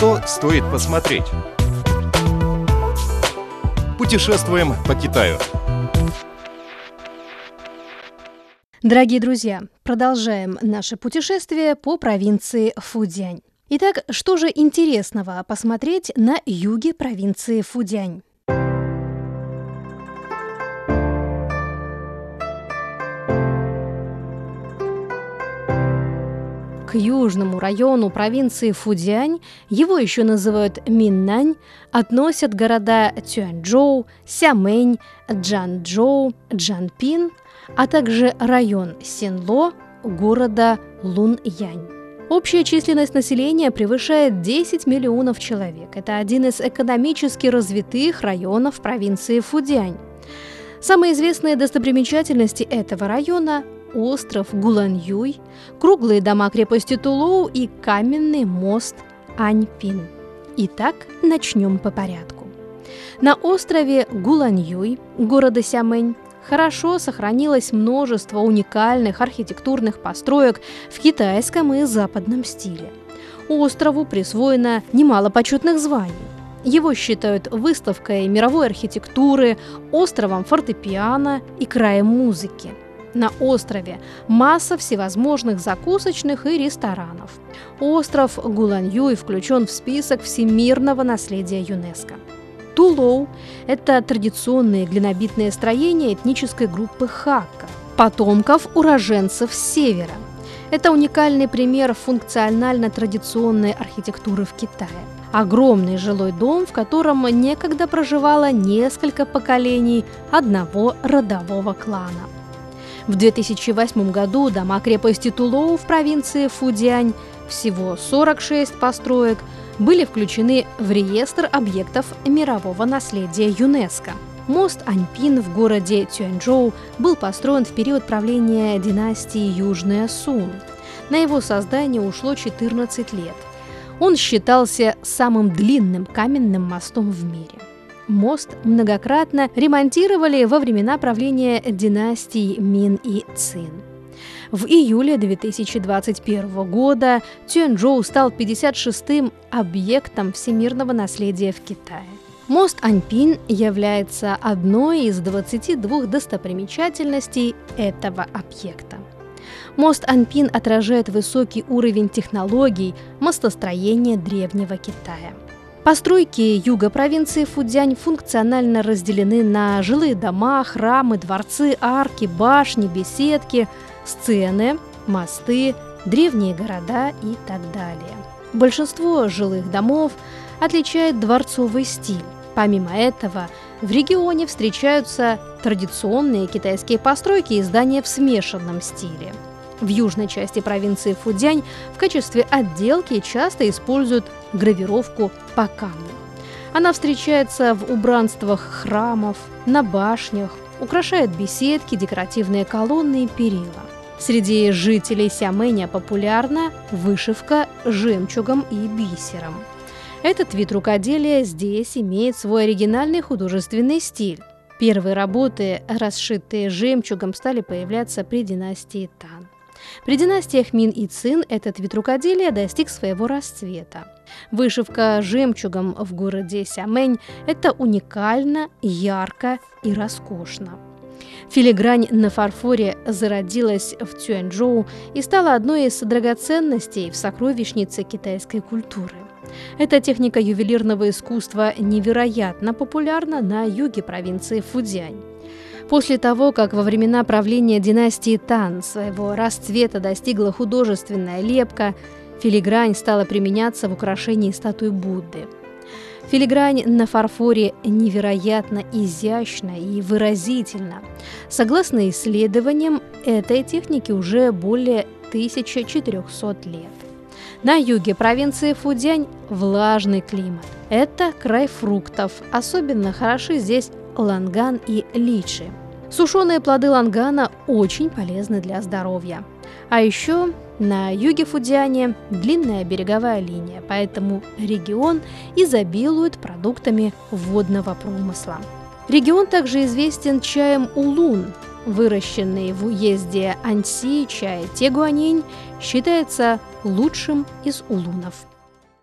что стоит посмотреть? Путешествуем по Китаю. Дорогие друзья, продолжаем наше путешествие по провинции Фудзянь. Итак, что же интересного посмотреть на юге провинции Фудзянь? К южному району провинции Фудзянь, его еще называют Миннань, относят города Цюаньчжоу, Сямэнь, Чжанчжоу, Чжанпин, а также район Синло города Лунъянь. Общая численность населения превышает 10 миллионов человек. Это один из экономически развитых районов провинции Фудзянь. Самые известные достопримечательности этого района – остров Гуланъюй, круглые дома крепости Тулоу и каменный мост Аньпин. Итак, начнем по порядку. На острове Гуланъюй, города Сямэнь, хорошо сохранилось множество уникальных архитектурных построек в китайском и западном стиле. Острову присвоено немало почетных званий. Его считают выставкой мировой архитектуры, островом фортепиано и краем музыки. На острове масса всевозможных закусочных и ресторанов. Остров Гуланъюй включен в список всемирного наследия ЮНЕСКО. Тулоу – это традиционные глинобитные строения этнической группы Хакка, потомков уроженцев с севера. Это уникальный пример функционально-традиционной архитектуры в Китае. Огромный жилой дом, в котором некогда проживало несколько поколений одного родового клана. В 2008 году дома крепости Тулоу в провинции Фудзянь, всего 46 построек, были включены в реестр объектов мирового наследия ЮНЕСКО. Мост Аньпин в городе Цюаньчжоу был построен в период правления династии Южная Сун. На его создание ушло 14 лет. Он считался самым длинным каменным мостом в мире. Мост многократно ремонтировали во времена правления династий Мин и Цин. В июле 2021 года Цюаньчжоу стал 56-м объектом всемирного наследия в Китае. Мост Аньпин является одной из 22 достопримечательностей этого объекта. Мост Аньпин отражает высокий уровень технологий мостостроения древнего Китая. Постройки юга провинции Фудзянь функционально разделены на жилые дома, храмы, дворцы, арки, башни, беседки, сцены, мосты, древние города и так далее. Большинство жилых домов отличает дворцовый стиль. Помимо этого, в регионе встречаются традиционные китайские постройки и здания в смешанном стиле. В южной части провинции Фудзянь в качестве отделки часто используют гравировку по камню. Она встречается в убранствах храмов, на башнях, украшает беседки, декоративные колонны и перила. Среди жителей Сямэня популярна вышивка жемчугом и бисером. Этот вид рукоделия здесь имеет свой оригинальный художественный стиль. Первые работы, расшитые жемчугом, стали появляться при династии Тан. При династиях Мин и Цин этот вид рукоделия достиг своего расцвета. Вышивка жемчугом в городе Сямэнь – это уникально, ярко и роскошно. Филигрань на фарфоре зародилась в Цюаньчжоу и стала одной из драгоценностей в сокровищнице китайской культуры. Эта техника ювелирного искусства невероятно популярна на юге провинции Фудзянь. После того, как во времена правления династии Тан своего расцвета достигла художественная лепка, филигрань стала применяться в украшении статуи Будды. Филигрань на фарфоре невероятно изящна и выразительна. Согласно исследованиям, этой технике уже более 1400 лет. На юге провинции Фудзянь влажный климат. Это край фруктов. Особенно хороши здесь ланган и личи. Сушеные плоды лангана очень полезны для здоровья. А еще на юге Фудзяня длинная береговая линия, поэтому регион изобилует продуктами водного промысла. Регион также известен чаем улун. Выращенный в уезде Аньси чай тегуанинь считается лучшим из улунов.